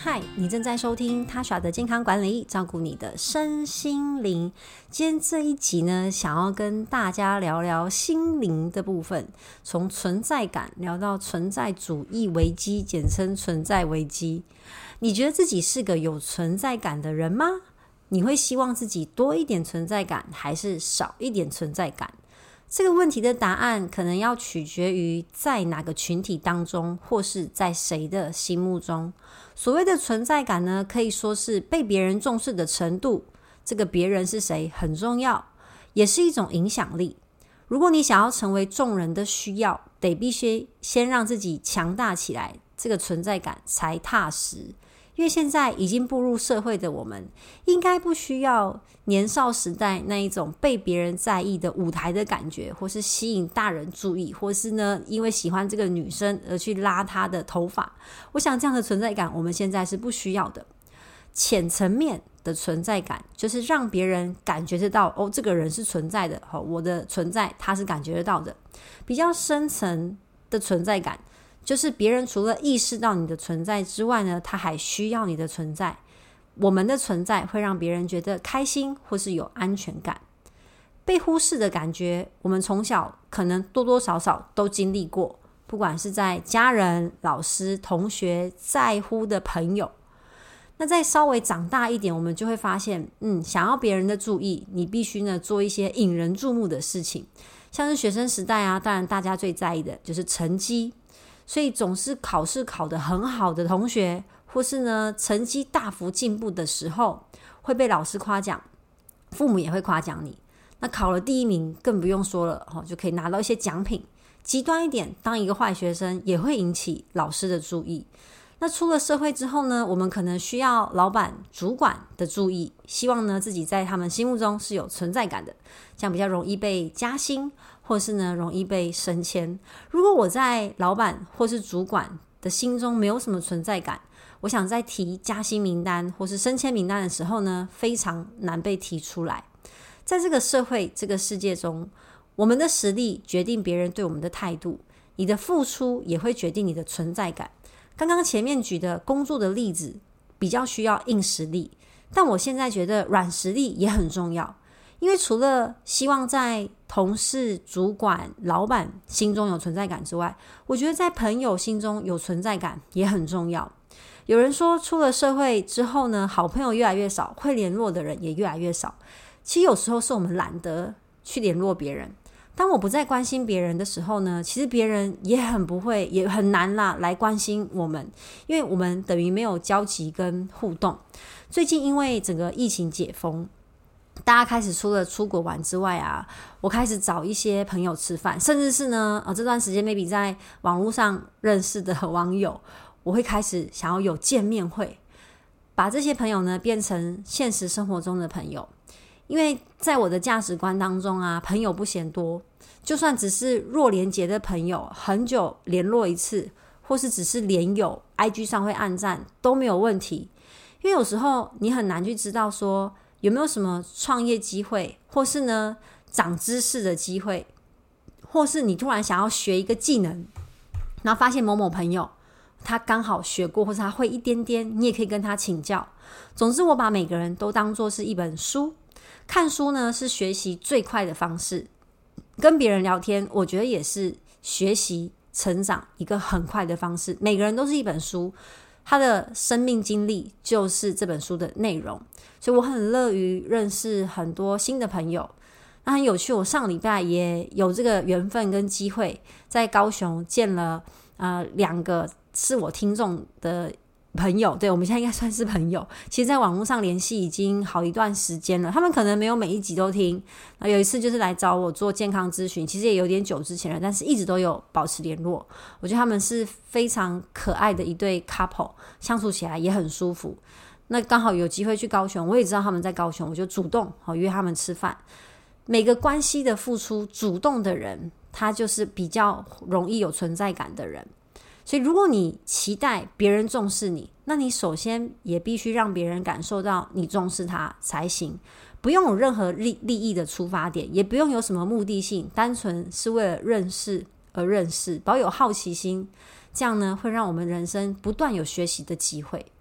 嗨，你正在收听Tasha的健康管理，照顾你的身心灵。今天这一集呢，想要跟大家聊聊心灵的部分，从存在感聊到存在主义危机，简称存在危机。你觉得自己是个有存在感的人吗？你会希望自己多一点存在感，还是少一点存在感？这个问题的答案可能要取决于在哪个群体当中，或是在谁的心目中。所谓的存在感呢，可以说是被别人重视的程度，这个别人是谁很重要，也是一种影响力。如果你想要成为众人的需要，得必须先让自己强大起来，这个存在感才踏实。因为现在已经步入社会的我们，应该不需要年少时代那一种被别人在意的舞台的感觉，或是吸引大人注意，或是呢因为喜欢这个女生而去拉她的头发。我想这样的存在感我们现在是不需要的。浅层面的存在感就是让别人感觉得到，哦，这个人是存在的，我的存在他是感觉得到的。比较深层的存在感就是别人除了意识到你的存在之外呢，他还需要你的存在。我们的存在会让别人觉得开心或是有安全感。被忽视的感觉，我们从小可能多多少少都经历过，不管是在家人、老师、同学、在乎的朋友。那再稍微长大一点，我们就会发现，想要别人的注意，你必须呢做一些引人注目的事情。像是学生时代啊，当然大家最在意的就是成绩。所以总是考试考得很好的同学，或是呢成绩大幅进步的时候，会被老师夸奖，父母也会夸奖你。那考了第一名更不用说了，就可以拿到一些奖品。极端一点，当一个坏学生也会引起老师的注意。那出了社会之后呢，我们可能需要老板、主管的注意，希望呢自己在他们心目中是有存在感的，这样比较容易被加薪，或是呢容易被升迁。如果我在老板或是主管的心中没有什么存在感，我想在提加薪名单或是升迁名单的时候呢，非常难被提出来。在这个社会、这个世界中，我们的实力决定别人对我们的态度，你的付出也会决定你的存在感。刚刚前面举的工作的例子比较需要硬实力，但我现在觉得软实力也很重要。因为除了希望在同事、主管、老板心中有存在感之外，我觉得在朋友心中有存在感也很重要。有人说出了社会之后呢，好朋友越来越少，会联络的人也越来越少。其实有时候是我们懒得去联络别人。当我不再关心别人的时候呢，其实别人也很不会，也很难啦来关心我们，因为我们等于没有交集跟互动。最近因为整个疫情解封，大家开始除了出国玩之外啊，我开始找一些朋友吃饭，甚至是呢这段时间 maybe 在网络上认识的网友，我会开始想要有见面会，把这些朋友呢变成现实生活中的朋友。因为在我的价值观当中啊，朋友不嫌多，就算只是弱连结的朋友，很久联络一次，或是只是连友 IG 上会按赞都没有问题。因为有时候你很难去知道说有没有什么创业机会，或是呢长知识的机会，或是你突然想要学一个技能，然后发现某某朋友他刚好学过，或是他会一点点，你也可以跟他请教。总之我把每个人都当作是一本书，看书呢是学习最快的方式，跟别人聊天我觉得也是学习成长一个很快的方式。每个人都是一本书，他的生命经历就是这本书的内容，所以我很乐于认识很多新的朋友。那很有趣，我上礼拜也有这个缘分跟机会在高雄见了2个是我听众的朋友，对，我们现在应该算是朋友。其实在网络上联系已经好一段时间了，他们可能没有每一集都听。有一次就是来找我做健康咨询，其实也有点久之前了，但是一直都有保持联络。我觉得他们是非常可爱的一对 couple， 相处起来也很舒服。那刚好有机会去高雄，我也知道他们在高雄，我就主动约他们吃饭。每个关系的付出，主动的人他就是比较容易有存在感的人。所以如果你期待别人重视你，那你首先也必须让别人感受到你重视他才行。不用有任何利益的出发点，也不用有什么目的性，单纯是为了认识而认识，保有好奇心，这样呢会让我们人生不断有学习的机会。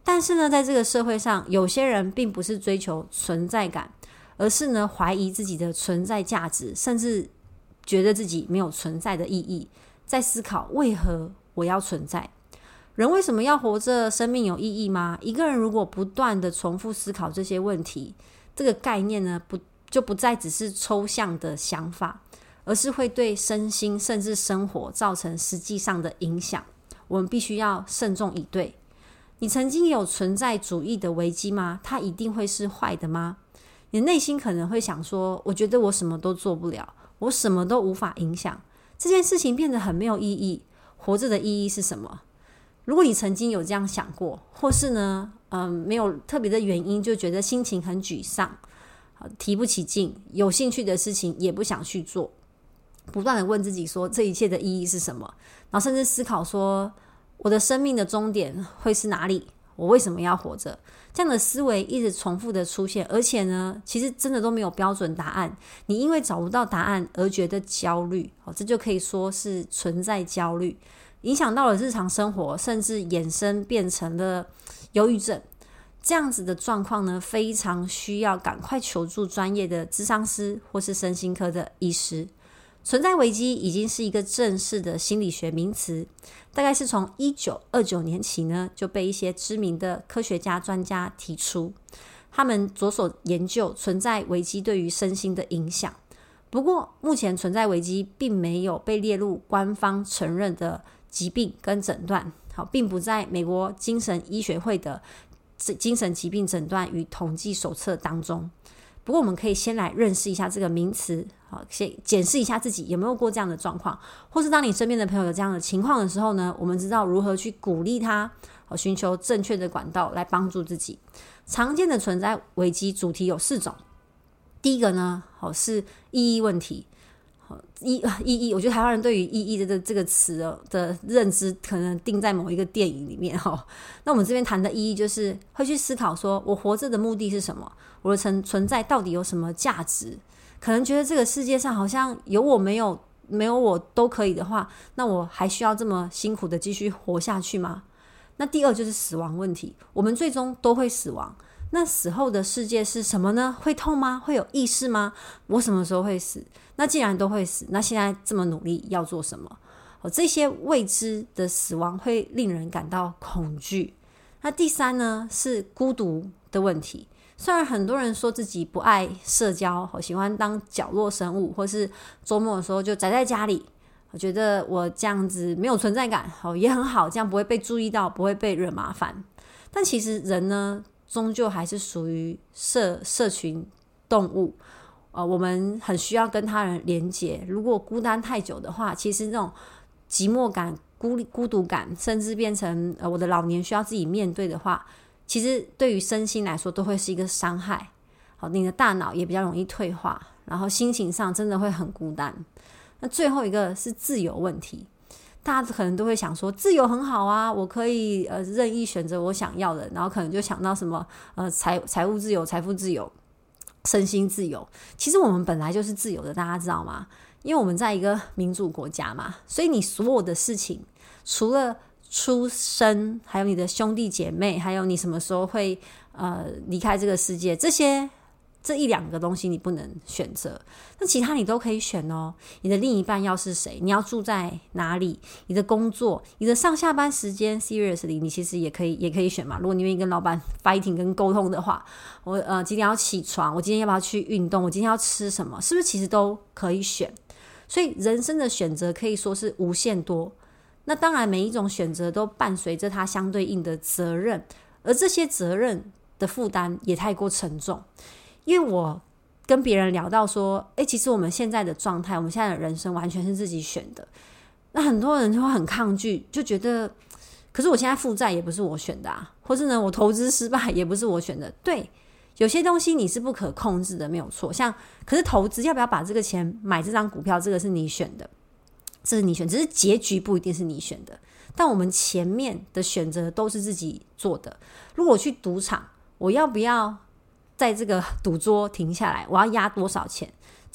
但是呢，在这个社会上，有些人并不是追求存在感，而是呢怀疑自己的存在价值，甚至觉得自己没有存在的意义，在思考为何我要存在。人为什么要活着？生命有意义吗？一个人如果不断的重复思考这些问题，这个概念呢，就不再只是抽象的想法，而是会对身心甚至生活造成实际上的影响。我们必须要慎重以对。你曾经有存在主义的危机吗？它一定会是坏的吗？你的内心可能会想说，我觉得我什么都做不了，我什么都无法影响，这件事情变得很没有意义，活着的意义是什么？如果你曾经有这样想过，或是呢没有特别的原因，就觉得心情很沮丧，提不起劲，有兴趣的事情也不想去做，不断的问自己说这一切的意义是什么，然后甚至思考说我的生命的终点会是哪里，我为什么要活着，这样的思维一直重复的出现，而且呢其实真的都没有标准答案，你因为找不到答案而觉得焦虑，这就可以说是存在焦虑，影响到了日常生活，甚至衍生变成了忧郁症。这样子的状况呢，非常需要赶快求助专业的咨商师或是身心科的医师。存在危机已经是一个正式的心理学名词，大概是从1929年起呢，就被一些知名的科学家专家提出，他们着手研究存在危机对于身心的影响。不过目前存在危机并没有被列入官方承认的疾病跟诊断，并不在美国精神医学会的精神疾病诊断与统计手册当中。不过我们可以先来认识一下这个名词，先检视一下自己有没有过这样的状况，或是当你身边的朋友有这样的情况的时候呢，我们知道如何去鼓励他，寻求正确的管道来帮助自己。常见的存在危机主题有4种。第一个呢是意义问题。意义，我觉得台湾人对于意义的这个词的认知可能定在某一个电影里面。那我们这边谈的意义就是会去思考说我活着的目的是什么，我的存在到底有什么价值，可能觉得这个世界上好像有我没有我都可以的话，那我还需要这么辛苦的继续活下去吗？那第二就是死亡问题，我们最终都会死亡，那死后的世界是什么呢？会痛吗？会有意识吗？我什么时候会死？那既然都会死，那现在这么努力要做什么？这些未知的死亡会令人感到恐惧。那第三呢是孤独的问题。虽然很多人说自己不爱社交，喜欢当角落生物，或是周末的时候就宅在家里，我觉得我这样子没有存在感也很好，这样不会被注意到，不会被惹麻烦。但其实人呢终究还是属于社群动物，我们很需要跟他人连结。如果孤单太久的话，其实那种寂寞感、孤独感，甚至变成我的老年需要自己面对的话，其实对于身心来说都会是一个伤害。你的大脑也比较容易退化，然后心情上真的会很孤单。那最后一个是自由问题。大家可能都会想说自由很好啊，我可以任意选择我想要的，然后可能就想到什么财务自由、财富自由、身心自由。其实我们本来就是自由的，大家知道吗？因为我们在一个民主国家嘛，所以你所有的事情，除了出生，还有你的兄弟姐妹，还有你什么时候会离开这个世界，这一两个东西你不能选择，那其他你都可以选哦。你的另一半要是谁，你要住在哪里，你的工作，你的上下班时间 seriously 你其实也可以选嘛。如果你愿意跟老板 fighting 跟沟通的话，我今天要起床，我今天要不要去运动，我今天要吃什么，是不是其实都可以选？所以人生的选择可以说是无限多。那当然每一种选择都伴随着它相对应的责任，而这些责任的负担也太过沉重。因为我跟别人聊到说其实我们现在的状态，我们现在的人生完全是自己选的，那很多人就会很抗拒，就觉得可是我现在负债也不是我选的啊，或是呢我投资失败也不是我选的。对，有些东西你是不可控制的，没有错。像可是投资要不要把这个钱买这张股票，这个是你选的，这是你选，只是结局不一定是你选的，但我们前面的选择都是自己做的。如果我去赌场，我要不要在这个赌桌停下来，我要压多少钱，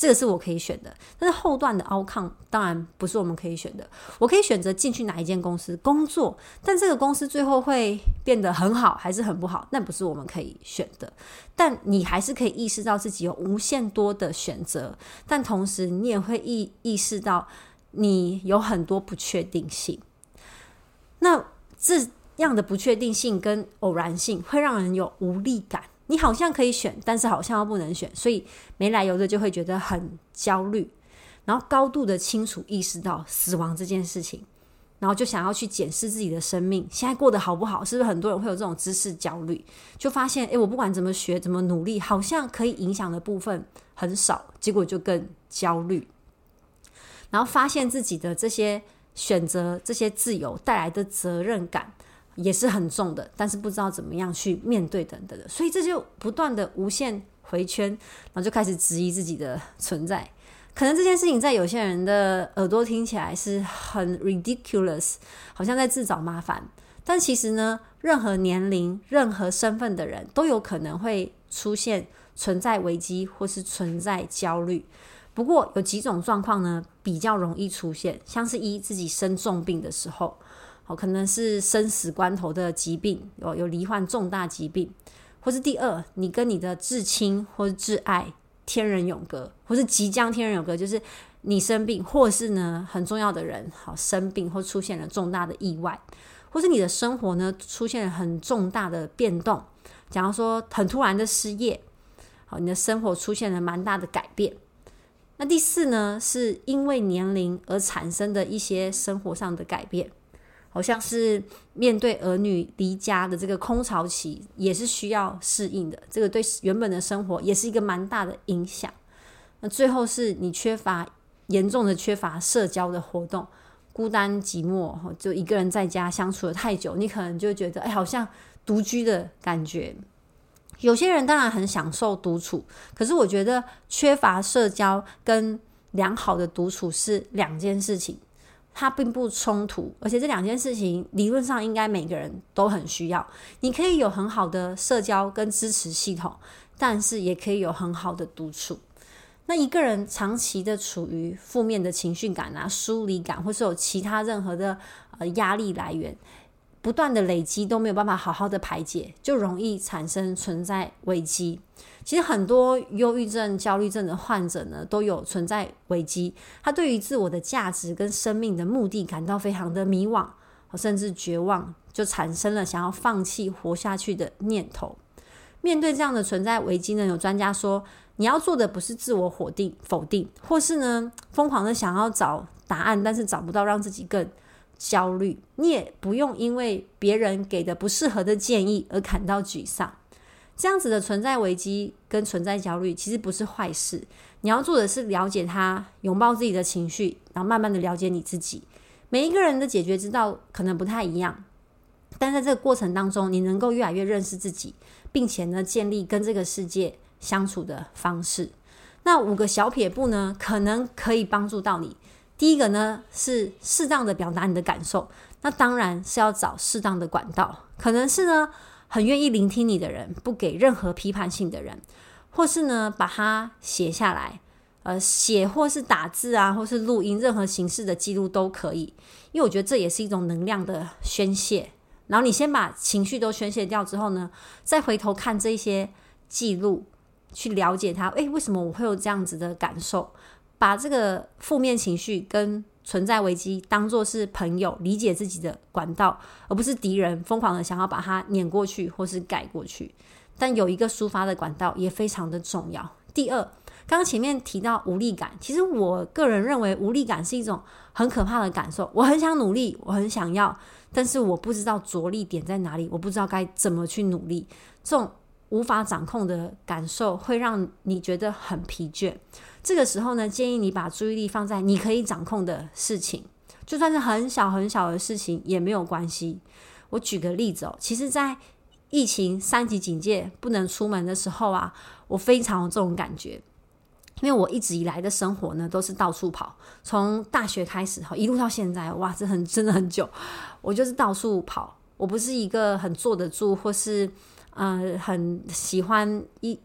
这个是我可以选的。但是后段的 outcome 当然不是我们可以选的。我可以选择进去哪一间公司工作，但这个公司最后会变得很好还是很不好，那不是我们可以选的。但你还是可以意识到自己有无限多的选择，但同时你也会意识到你有很多不确定性。那这样的不确定性跟偶然性会让人有无力感，你好像可以选，但是好像又不能选，所以没来由的就会觉得很焦虑，然后高度的清楚意识到死亡这件事情，然后就想要去检视自己的生命现在过得好不好。是不是很多人会有这种知识焦虑，就发现我不管怎么学怎么努力，好像可以影响的部分很少，结果就更焦虑。然后发现自己的这些选择这些自由带来的责任感也是很重的，但是不知道怎么样去面对等等的，所以这就不断的无限回圈，然后就开始质疑自己的存在。可能这件事情在有些人的耳朵听起来是很 ridiculous， 好像在自找麻烦，但其实呢，任何年龄任何身份的人都有可能会出现存在危机或是存在焦虑。不过有几种状况呢比较容易出现，像是自己生重病的时候，可能是生死关头的疾病，有罹患重大疾病，或是第二，你跟你的至亲或是挚爱天人永隔，或是即将天人永隔，就是你生病，或是呢很重要的人生病或出现了重大的意外，或是你的生活呢出现了很重大的变动，假如说很突然的失业，你的生活出现了蛮大的改变。那第四呢，是因为年龄而产生的一些生活上的改变，好像是面对儿女离家的这个空巢期，也是需要适应的，这个对原本的生活也是一个蛮大的影响。那最后是你严重的缺乏社交的活动，孤单寂寞，就一个人在家相处了太久，你可能就觉得好像独居的感觉。有些人当然很享受独处，可是我觉得缺乏社交跟良好的独处是两件事情，它并不冲突，而且这两件事情理论上应该每个人都很需要。你可以有很好的社交跟支持系统，但是也可以有很好的独处。那一个人长期的处于负面的情绪感疏离感，或是有其他任何的压力来源，不断的累积都没有办法好好的排解，就容易产生存在危机。其实很多忧郁症焦虑症的患者呢都有存在危机，他对于自我的价值跟生命的目的感到非常的迷惘，甚至绝望，就产生了想要放弃活下去的念头。面对这样的存在危机呢，有专家说你要做的不是自我否定，或是呢疯狂的想要找答案但是找不到，让自己更焦虑。你也不用因为别人给的不适合的建议而感到沮丧。这样子的存在危机跟存在焦虑其实不是坏事，你要做的是了解它，拥抱自己的情绪，然后慢慢的了解你自己。每一个人的解决之道可能不太一样，但在这个过程当中，你能够越来越认识自己，并且呢建立跟这个世界相处的方式。那5个小撇步呢可能可以帮助到你。第一个呢是适当的表达你的感受，那当然是要找适当的管道，可能是呢很愿意聆听你的人，不给任何批判性的人，或是呢把它写下来，写或是打字或是录音，任何形式的记录都可以，因为我觉得这也是一种能量的宣泄。然后你先把情绪都宣泄掉之后呢，再回头看这些记录，去了解它，为什么我会有这样子的感受，把这个负面情绪跟存在危机当作是朋友理解自己的管道，而不是敌人疯狂的想要把它碾过去或是改过去。但有一个抒发的管道也非常的重要。第二，刚刚前面提到无力感，其实我个人认为无力感是一种很可怕的感受。我很想努力，我很想要，但是我不知道着力点在哪里，我不知道该怎么去努力。这种无法掌控的感受会让你觉得很疲倦。这个时候呢，建议你把注意力放在你可以掌控的事情，就算是很小很小的事情也没有关系。我举个例子其实在疫情3级警戒不能出门的时候我非常有这种感觉。因为我一直以来的生活呢都是到处跑，从大学开始一路到现在，哇，真的很久，我就是到处跑。我不是一个很坐得住或是很喜欢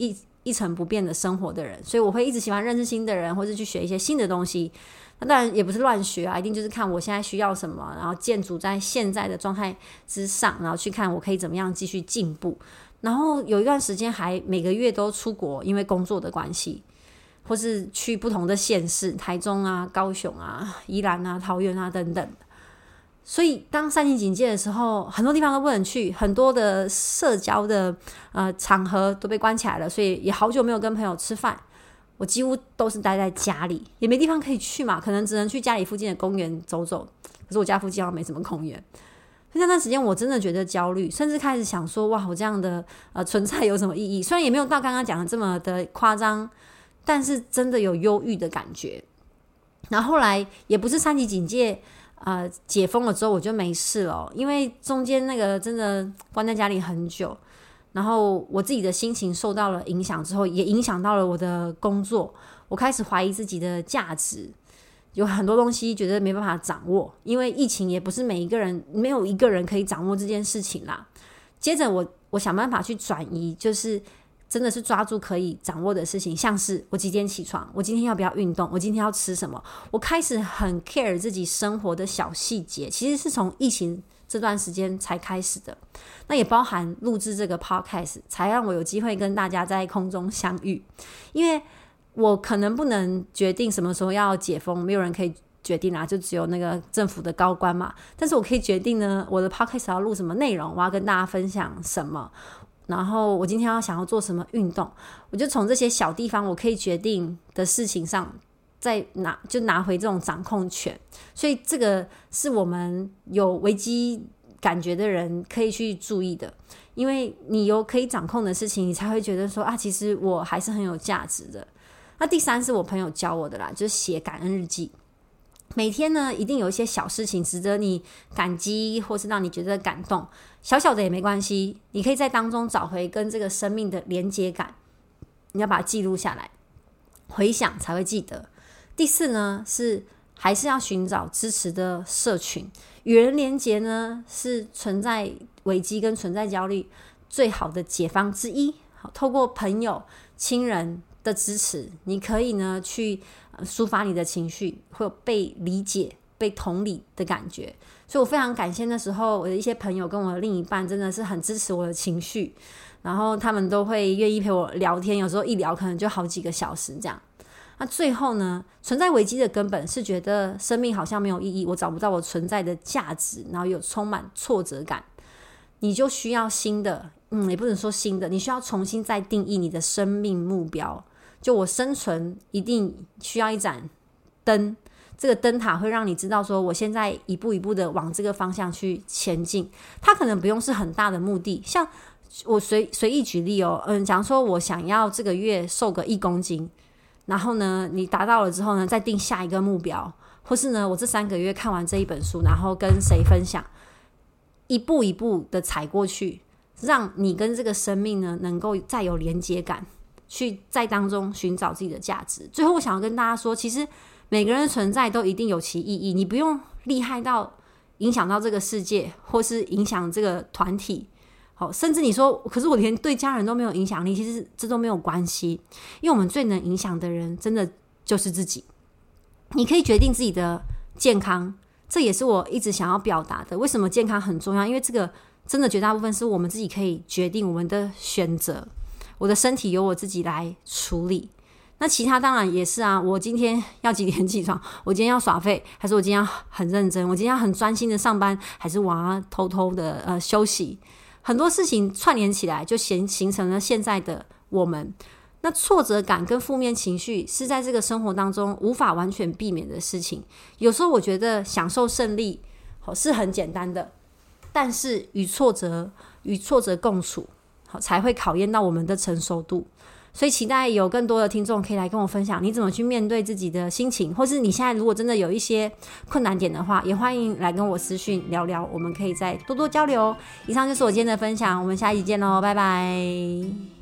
一成不变的生活的人，所以我会一直喜欢认识新的人，或是去学一些新的东西。那当然也不是乱学啊，一定就是看我现在需要什么，然后建筑在现在的状态之上，然后去看我可以怎么样继续进步。然后有一段时间还每个月都出国，因为工作的关系，或是去不同的县市，台中啊、高雄啊、宜兰啊、桃园啊等等。所以当3级警戒的时候，很多地方都不能去，很多的社交的场合都被关起来了，所以也好久没有跟朋友吃饭。我几乎都是待在家里，也没地方可以去嘛，可能只能去家里附近的公园走走。可是我家附近好像没什么公园，所以那段时间我真的觉得焦虑，甚至开始想说：哇，我这样的存在有什么意义？虽然也没有到刚刚讲的这么的夸张，但是真的有忧郁的感觉。然后后来也不是3级警戒解封了之后我就没事了，因为中间那个真的关在家里很久。然后我自己的心情受到了影响之后，也影响到了我的工作，我开始怀疑自己的价值，有很多东西觉得没办法掌握，因为疫情也不是没有一个人可以掌握这件事情啦。接着我想办法去转移，就是真的是抓住可以掌握的事情，像是我几点起床，我今天要不要运动，我今天要吃什么，我开始很 care 自己生活的小细节，其实是从疫情这段时间才开始的。那也包含录制这个 podcast 才让我有机会跟大家在空中相遇，因为我可能不能决定什么时候要解封，没有人可以决定啦，就只有那个政府的高官嘛。但是我可以决定呢，我的 podcast 要录什么内容，我要跟大家分享什么，然后我今天想要做什么运动，我就从这些小地方我可以决定的事情上再拿回这种掌控权。所以这个是我们有危机感觉的人可以去注意的，因为你有可以掌控的事情，你才会觉得说其实我还是很有价值的。那第3是我朋友教我的啦，就是写感恩日记。每天呢一定有一些小事情值得你感激，或是让你觉得感动，小小的也没关系，你可以在当中找回跟这个生命的连结感，你要把它记录下来，回想才会记得。第4呢是还是要寻找支持的社群，与人连结呢是存在危机跟存在焦虑最好的解方之一。透过朋友亲人的支持，你可以呢去抒发你的情绪，会有被理解被同理的感觉。所以我非常感谢那时候我的一些朋友跟我的另一半真的是很支持我的情绪，然后他们都会愿意陪我聊天，有时候一聊可能就好几个小时这样。那最后呢，存在危机的根本是觉得生命好像没有意义，我找不到我存在的价值，然后有充满挫折感，你就需要新的也不能说新的，你需要重新再定义你的生命目标。就我生存一定需要一盏灯，这个灯塔会让你知道说我现在一步一步的往这个方向去前进。它可能不用是很大的目的，像我随意举例假如说我想要这个月瘦个1公斤，然后呢你达到了之后呢再定下一个目标，或是呢我这3个月看完这一本书，然后跟谁分享，一步一步的踩过去，让你跟这个生命呢能够再有连接感，去在当中寻找自己的价值。最后我想要跟大家说，其实每个人的存在都一定有其意义，你不用厉害到影响到这个世界，或是影响这个团体，甚至你说可是我连对家人都没有影响力，其实这都没有关系，因为我们最能影响的人真的就是自己。你可以决定自己的健康，这也是我一直想要表达的。为什么健康很重要？因为这个真的绝大部分是我们自己可以决定我们的选择，我的身体由我自己来处理。那其他当然也是啊，我今天要几点起床，我今天要耍废，还是我今天要很认真，我今天要很专心的上班，还是我要偷偷的休息。很多事情串联起来就形成了现在的我们。那挫折感跟负面情绪是在这个生活当中无法完全避免的事情。有时候我觉得享受胜利是很简单的，但是与挫折共处才会考验到我们的成熟度。所以期待有更多的听众可以来跟我分享你怎么去面对自己的心情，或是你现在如果真的有一些困难点的话，也欢迎来跟我私讯聊聊，我们可以再多多交流。以上就是我今天的分享，我们下一集见咯，拜拜。